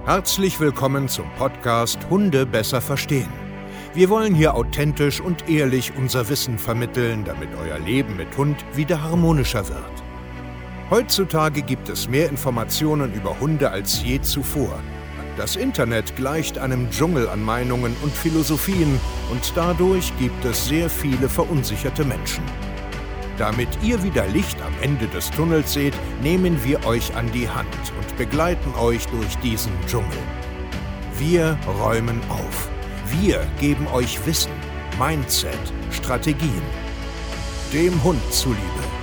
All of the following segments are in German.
Herzlich willkommen zum Podcast Hunde besser verstehen. Wir wollen hier authentisch und ehrlich unser Wissen vermitteln, damit euer Leben mit Hund wieder harmonischer wird. Heutzutage gibt es mehr Informationen über Hunde als je zuvor. Das Internet gleicht einem Dschungel an Meinungen und Philosophien und dadurch gibt es sehr viele verunsicherte Menschen. Damit ihr wieder Licht am Ende des Tunnels seht, nehmen wir euch an die Hand und begleiten euch durch diesen Dschungel. Wir räumen auf. Wir geben euch Wissen, Mindset, Strategien. Dem Hund zuliebe.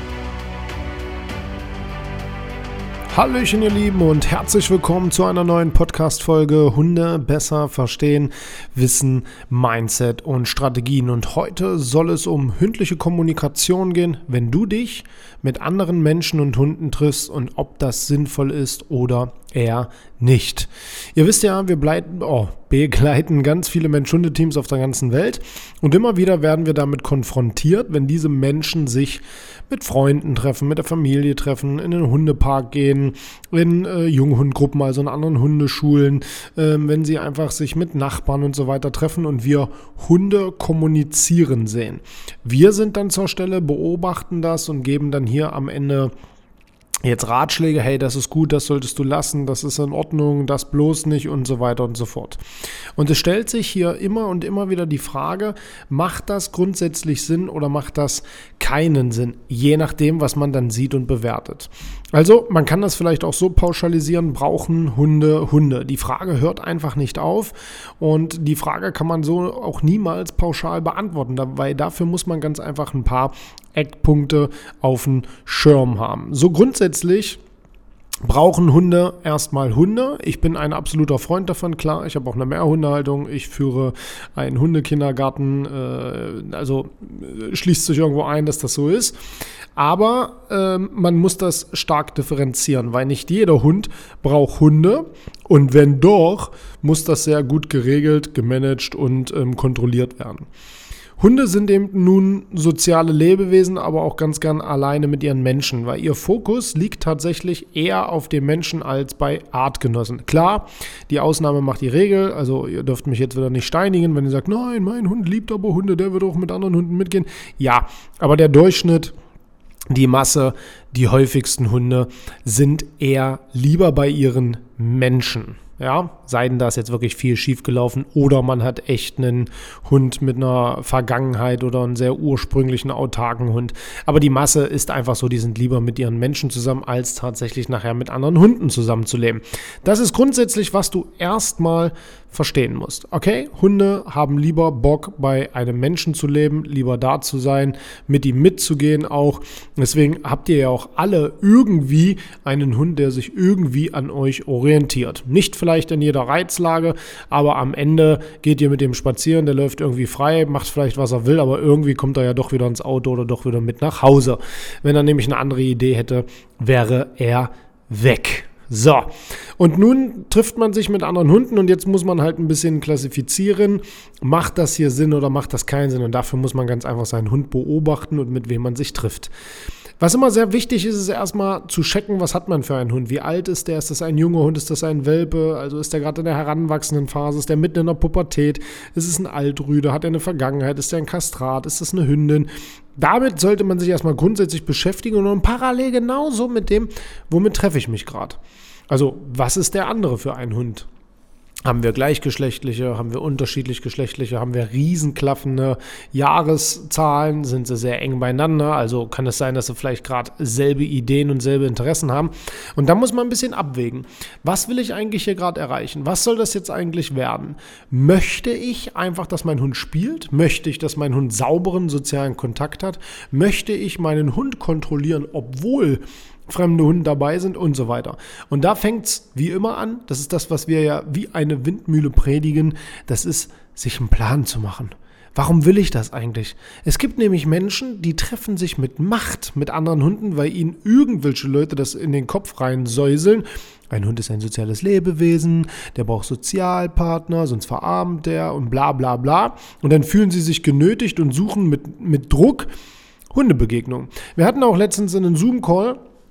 Hallöchen ihr Lieben und herzlich willkommen zu einer neuen Podcast-Folge Hunde besser verstehen, Wissen, Mindset und Strategien. Und heute soll es um hündliche Kommunikation gehen, wenn du dich mit anderen Menschen und Hunden triffst und ob das sinnvoll ist oder eher nicht. Ihr wisst ja, wir begleiten ganz viele Mensch-Hunde-Teams auf der ganzen Welt und immer wieder werden wir damit konfrontiert, wenn diese Menschen sich mit Freunden treffen, mit der Familie treffen, in den Hundepark gehen, in Junghundgruppen, also in anderen Hundeschulen, wenn sie einfach sich mit Nachbarn und so weiter treffen und wir Hunde kommunizieren sehen. Wir sind dann zur Stelle, beobachten das und geben dann hier am Ende jetzt Ratschläge, hey, das ist gut, das solltest du lassen, das ist in Ordnung, das bloß nicht und so weiter und so fort. Und es stellt sich hier immer und immer wieder die Frage, macht das grundsätzlich Sinn oder macht das keinen Sinn, je nachdem, was man dann sieht und bewertet. Also man kann das vielleicht auch so pauschalisieren, brauchen Hunde Hunde? Die Frage hört einfach nicht auf und die Frage kann man so auch niemals pauschal beantworten, weil dafür muss man ganz einfach ein paar Eckpunkte auf dem Schirm haben. So grundsätzlich brauchen Hunde erstmal Hunde. Ich bin ein absoluter Freund davon, klar. Ich habe auch eine Mehrhundehaltung. Ich führe einen Hundekindergarten. Also schließt sich irgendwo ein, dass das so ist. Aber man muss das stark differenzieren, weil nicht jeder Hund braucht Hunde. Und wenn doch, muss das sehr gut geregelt, gemanagt und kontrolliert werden. Hunde sind eben nun soziale Lebewesen, aber auch ganz gern alleine mit ihren Menschen, weil ihr Fokus liegt tatsächlich eher auf dem Menschen als bei Artgenossen. Klar, die Ausnahme macht die Regel, also ihr dürft mich jetzt wieder nicht steinigen, wenn ihr sagt, nein, mein Hund liebt aber Hunde, der wird auch mit anderen Hunden mitgehen. Ja, aber der Durchschnitt, die Masse, die häufigsten Hunde sind eher lieber bei ihren Menschen. Ja, sei denn da ist jetzt wirklich viel schief gelaufen oder man hat echt einen Hund mit einer Vergangenheit oder einen sehr ursprünglichen, autarken Hund. Aber die Masse ist einfach so, die sind lieber mit ihren Menschen zusammen, als tatsächlich nachher mit anderen Hunden zusammenzuleben. Das ist grundsätzlich, was du erstmal verstehen musst. Okay, Hunde haben lieber Bock, bei einem Menschen zu leben, lieber da zu sein, mit ihm mitzugehen auch. Deswegen habt ihr ja auch alle irgendwie einen Hund, der sich irgendwie an euch orientiert. Nicht vielleicht in jeder Reizlage, aber am Ende geht ihr mit dem spazieren, der läuft irgendwie frei, macht vielleicht, was er will, aber irgendwie kommt er ja doch wieder ins Auto oder doch wieder mit nach Hause. Wenn er nämlich eine andere Idee hätte, wäre er weg. So, und nun trifft man sich mit anderen Hunden und jetzt muss man halt ein bisschen klassifizieren, macht das hier Sinn oder macht das keinen Sinn, und dafür muss man ganz einfach seinen Hund beobachten und mit wem man sich trifft. Was immer sehr wichtig ist, ist erstmal zu checken, was hat man für einen Hund, wie alt ist der, ist das ein junger Hund, ist das ein Welpe, also ist der gerade in der heranwachsenden Phase, ist der mitten in der Pubertät, ist es ein Altrüde, hat er eine Vergangenheit, ist der ein Kastrat, ist das eine Hündin? Damit sollte man sich erstmal grundsätzlich beschäftigen und parallel genauso mit dem, womit treffe ich mich gerade. Also, was ist der andere für ein Hund? Haben wir gleichgeschlechtliche, haben wir unterschiedlich geschlechtliche, haben wir riesenklaffende Jahreszahlen, sind sie sehr eng beieinander, also kann es sein, dass sie vielleicht gerade selbe Ideen und selbe Interessen haben. Und da muss man ein bisschen abwägen. Was will ich eigentlich hier gerade erreichen? Was soll das jetzt eigentlich werden? Möchte ich einfach, dass mein Hund spielt? Möchte ich, dass mein Hund sauberen sozialen Kontakt hat? Möchte ich meinen Hund kontrollieren, obwohl fremde Hunde dabei sind und so weiter. Und da fängt es wie immer an, das ist das, was wir ja wie eine Windmühle predigen, das ist, sich einen Plan zu machen. Warum will ich das eigentlich? Es gibt nämlich Menschen, die treffen sich mit Macht mit anderen Hunden, weil ihnen irgendwelche Leute das in den Kopf reinsäuseln. Ein Hund ist ein soziales Lebewesen, der braucht Sozialpartner, sonst verarmt der und bla bla bla. Und dann fühlen sie sich genötigt und suchen mit Druck Hundebegegnungen. Wir hatten auch letztens einen Zoom-Call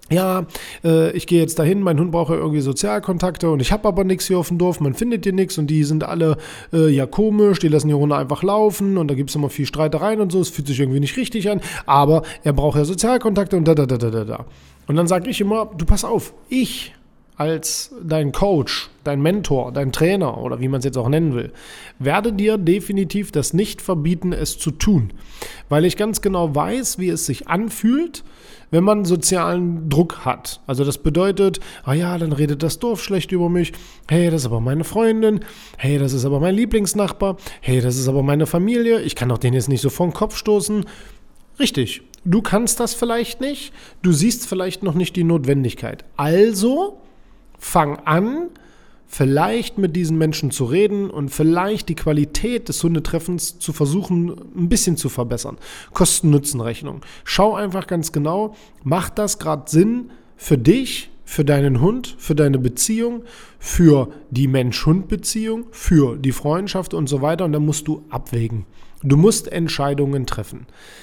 ja, ich gehe jetzt dahin, mein Hund braucht ja irgendwie Sozialkontakte und ich habe aber nichts hier auf dem Dorf, man findet hier nichts und die sind alle ja komisch, die lassen die Hunde einfach laufen und da gibt es immer viel Streitereien und so, es fühlt sich irgendwie nicht richtig an, aber er braucht ja Sozialkontakte und da. Und dann sage ich immer, du pass auf, ich als dein Coach, dein Mentor, dein Trainer oder wie man es jetzt auch nennen will, werde dir definitiv das nicht verbieten, es zu tun, weil ich ganz genau weiß, wie es sich anfühlt, wenn man sozialen Druck hat. Also das bedeutet, dann redet das Dorf schlecht über mich, hey, das ist aber meine Freundin, hey, das ist aber mein Lieblingsnachbar, hey, das ist aber meine Familie, ich kann doch den jetzt nicht so vor den Kopf stoßen. Richtig, du kannst das vielleicht nicht, du siehst vielleicht noch nicht die Notwendigkeit. Also fang an, vielleicht mit diesen Menschen zu reden und vielleicht die Qualität des Hundetreffens zu versuchen, ein bisschen zu verbessern. Kosten-Nutzen-Rechnung. Schau einfach ganz genau, macht das gerade Sinn für dich, für deinen Hund, für deine Beziehung, für die Mensch-Hund-Beziehung, für die Freundschaft und so weiter. Und dann musst du abwägen. Du musst Entscheidungen treffen.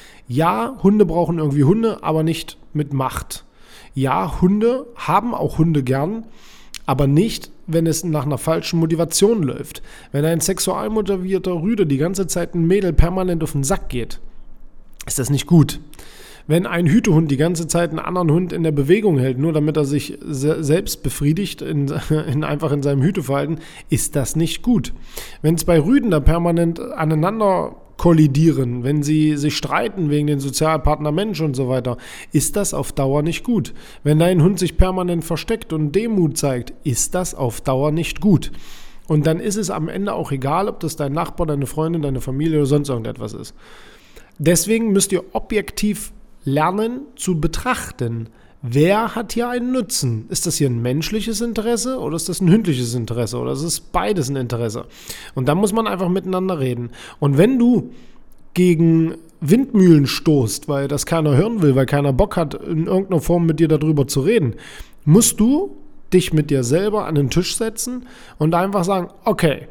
Ja, Hunde brauchen irgendwie Hunde, aber nicht mit Macht. Ja, Hunde haben auch Hunde gern, aber nicht, wenn es nach einer falschen Motivation läuft. Wenn ein sexual motivierter Rüde die ganze Zeit ein Mädel permanent auf den Sack geht, ist das nicht gut. Wenn ein Hütehund die ganze Zeit einen anderen Hund in der Bewegung hält, nur damit er sich selbst befriedigt, einfach in seinem Hüteverhalten, ist das nicht gut. Wenn es bei Rüden da permanent aneinander kollidieren, wenn sie sich streiten wegen den Sozialpartner Mensch und so weiter, ist das auf Dauer nicht gut. Wenn dein Hund sich permanent versteckt und Demut zeigt, ist das auf Dauer nicht gut. Und dann ist es am Ende auch egal, ob das dein Nachbar, deine Freundin, deine Familie oder sonst irgendetwas ist. Deswegen müsst ihr objektiv lernen zu betrachten, wer hat hier einen Nutzen? Ist das hier ein menschliches Interesse oder ist das ein hündliches Interesse oder ist es beides ein Interesse? Und da muss man einfach miteinander reden. Und wenn du gegen Windmühlen stoßt, weil das keiner hören will, weil keiner Bock hat, in irgendeiner Form mit dir darüber zu reden, musst du dich mit dir selber an den Tisch setzen und einfach sagen, okay,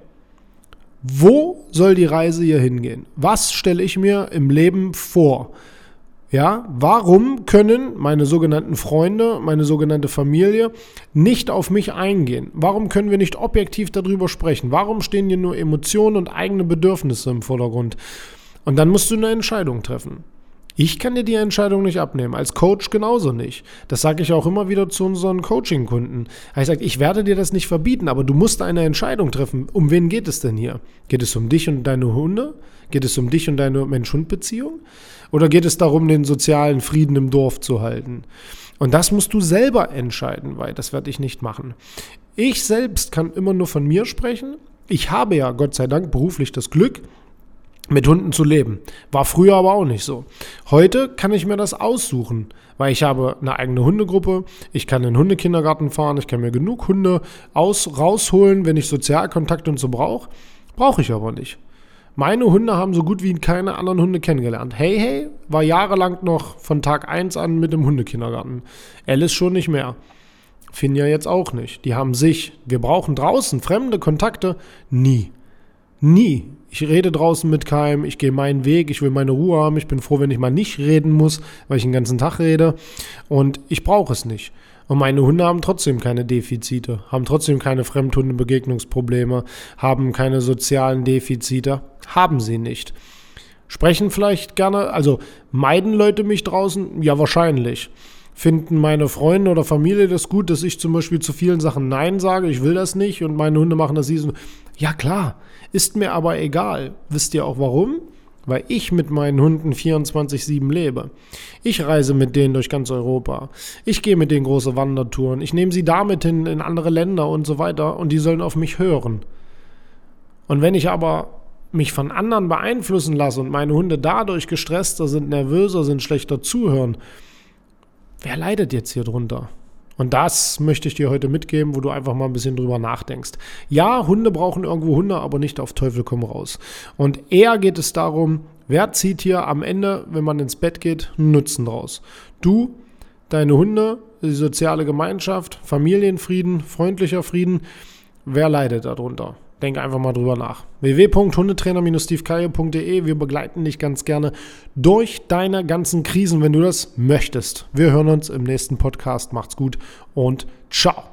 wo soll die Reise hier hingehen? Was stelle ich mir im Leben vor? Ja, warum können meine sogenannten Freunde, meine sogenannte Familie nicht auf mich eingehen? Warum können wir nicht objektiv darüber sprechen? Warum stehen hier nur Emotionen und eigene Bedürfnisse im Vordergrund? Und dann musst du eine Entscheidung treffen. Ich kann dir die Entscheidung nicht abnehmen, als Coach genauso nicht. Das sage ich auch immer wieder zu unseren Coaching-Kunden. Ich sage, ich werde dir das nicht verbieten, aber du musst eine Entscheidung treffen. Um wen geht es denn hier? Geht es um dich und deine Hunde? Geht es um dich und deine Mensch-Hund-Beziehung? Oder geht es darum, den sozialen Frieden im Dorf zu halten? Und das musst du selber entscheiden, weil das werde ich nicht machen. Ich selbst kann immer nur von mir sprechen. Ich habe ja, Gott sei Dank, beruflich das Glück, mit Hunden zu leben. War früher aber auch nicht so. Heute kann ich mir das aussuchen, weil ich habe eine eigene Hundegruppe, ich kann in den Hundekindergarten fahren, ich kann mir genug Hunde rausholen, wenn ich Sozialkontakt und so brauche. Brauche ich aber nicht. Meine Hunde haben so gut wie keine anderen Hunde kennengelernt. Hey war jahrelang noch von Tag 1 an mit dem Hundekindergarten. Alice schon nicht mehr. Finja jetzt auch nicht. Die haben sich. Wir brauchen draußen fremde Kontakte. Nie. Ich rede draußen mit keinem, ich gehe meinen Weg, ich will meine Ruhe haben, ich bin froh, wenn ich mal nicht reden muss, weil ich den ganzen Tag rede und ich brauche es nicht. Und meine Hunde haben trotzdem keine Defizite, haben trotzdem keine Fremdhundebegegnungsprobleme, haben keine sozialen Defizite, haben sie nicht. Sprechen vielleicht gerne, also meiden Leute mich draußen? Ja, wahrscheinlich. Finden meine Freunde oder Familie das gut, dass ich zum Beispiel zu vielen Sachen Nein sage, ich will das nicht und meine Hunde machen das sie so. Ja klar, ist mir aber egal. Wisst ihr auch warum? Weil ich mit meinen Hunden 24/7 lebe. Ich reise mit denen durch ganz Europa. Ich gehe mit denen große Wandertouren. Ich nehme sie damit hin in andere Länder und so weiter und die sollen auf mich hören. Und wenn ich aber mich von anderen beeinflussen lasse und meine Hunde dadurch gestresster sind, nervöser sind, schlechter zuhören, wer leidet jetzt hier drunter? Und das möchte ich dir heute mitgeben, wo du einfach mal ein bisschen drüber nachdenkst. Ja, Hunde brauchen irgendwo Hunde, aber nicht auf Teufel komm raus. Und eher geht es darum, wer zieht hier am Ende, wenn man ins Bett geht, einen Nutzen draus? Du, deine Hunde, die soziale Gemeinschaft, Familienfrieden, freundlicher Frieden, wer leidet darunter? Denk einfach mal drüber nach. www.hundetrainer-stevekeier.de. Wir begleiten dich ganz gerne durch deine ganzen Krisen, wenn du das möchtest. Wir hören uns im nächsten Podcast. Macht's gut und ciao.